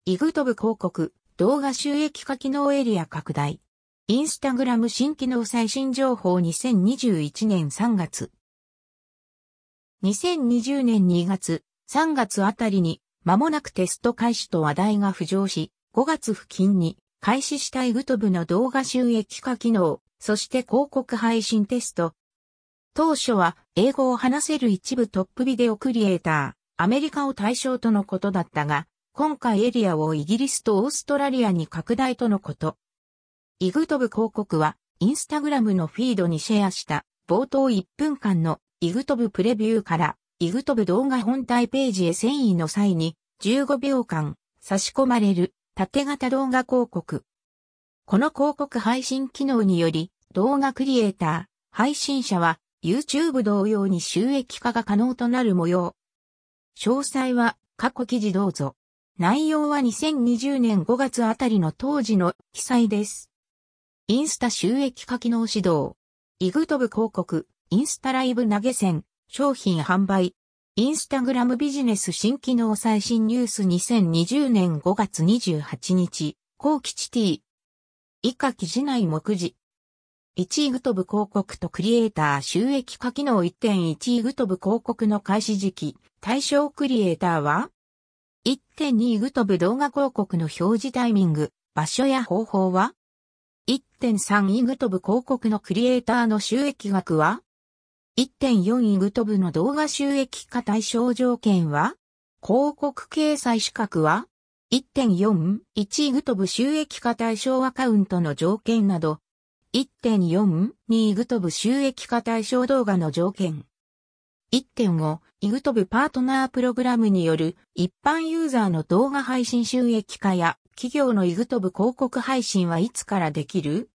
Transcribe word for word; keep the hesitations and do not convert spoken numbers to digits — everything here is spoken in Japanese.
イグトブ広告、動画収益化機能エリア拡大。インスタグラム新機能最新情報にせんにじゅういちねんさんがつ。にせんにじゅうねんにがつ、さんがつあたりに間もなくテスト開始と話題が浮上し、ごがつ付近に開始したイグトブの動画収益化機能、そして広告配信テスト。当初は英語を話せる一部トップビデオクリエイター、アメリカを対象とのことだったが、今回エリアをイギリスとオーストラリアに拡大とのこと。イグトブ広告は、インスタグラムのフィードにシェアした冒頭いっぷんかんのイグトブプレビューから、イグトブ動画本体ページへ遷移の際にじゅうごびょうかん差し込まれる縦型動画広告。この広告配信機能により、動画クリエイター、配信者は YouTube 同様に収益化が可能となる模様。詳細は過去記事どうぞ。内容はにせんにじゅうねんごがつあたりの当時の記載です。インスタ収益化機能指導。イグトブ広告、インスタライブ投げ銭、商品販売。インスタグラムビジネス新機能最新ニュースにせんにじゅうねんごがつにじゅうはちにち、後期チティ。以下記事内目次。いちイグトブ広告とクリエイター収益化機能 いってんいち イグトブ広告の開始時期、対象クリエイターは いってんに イグトブ動画広告の表示タイミング、場所や方法は いってんさん イグトブ広告のクリエイターの収益額は いってんよん イグトブの動画収益化対象条件は広告掲載資格は いってんよんいち イグトブ収益化対象アカウントの条件など いってんよんに イグトブ収益化対象動画の条件 いってんご イグトブパートナープログラムによる一般ユーザーの動画配信収益化や企業のイグトブ広告配信はいつからできる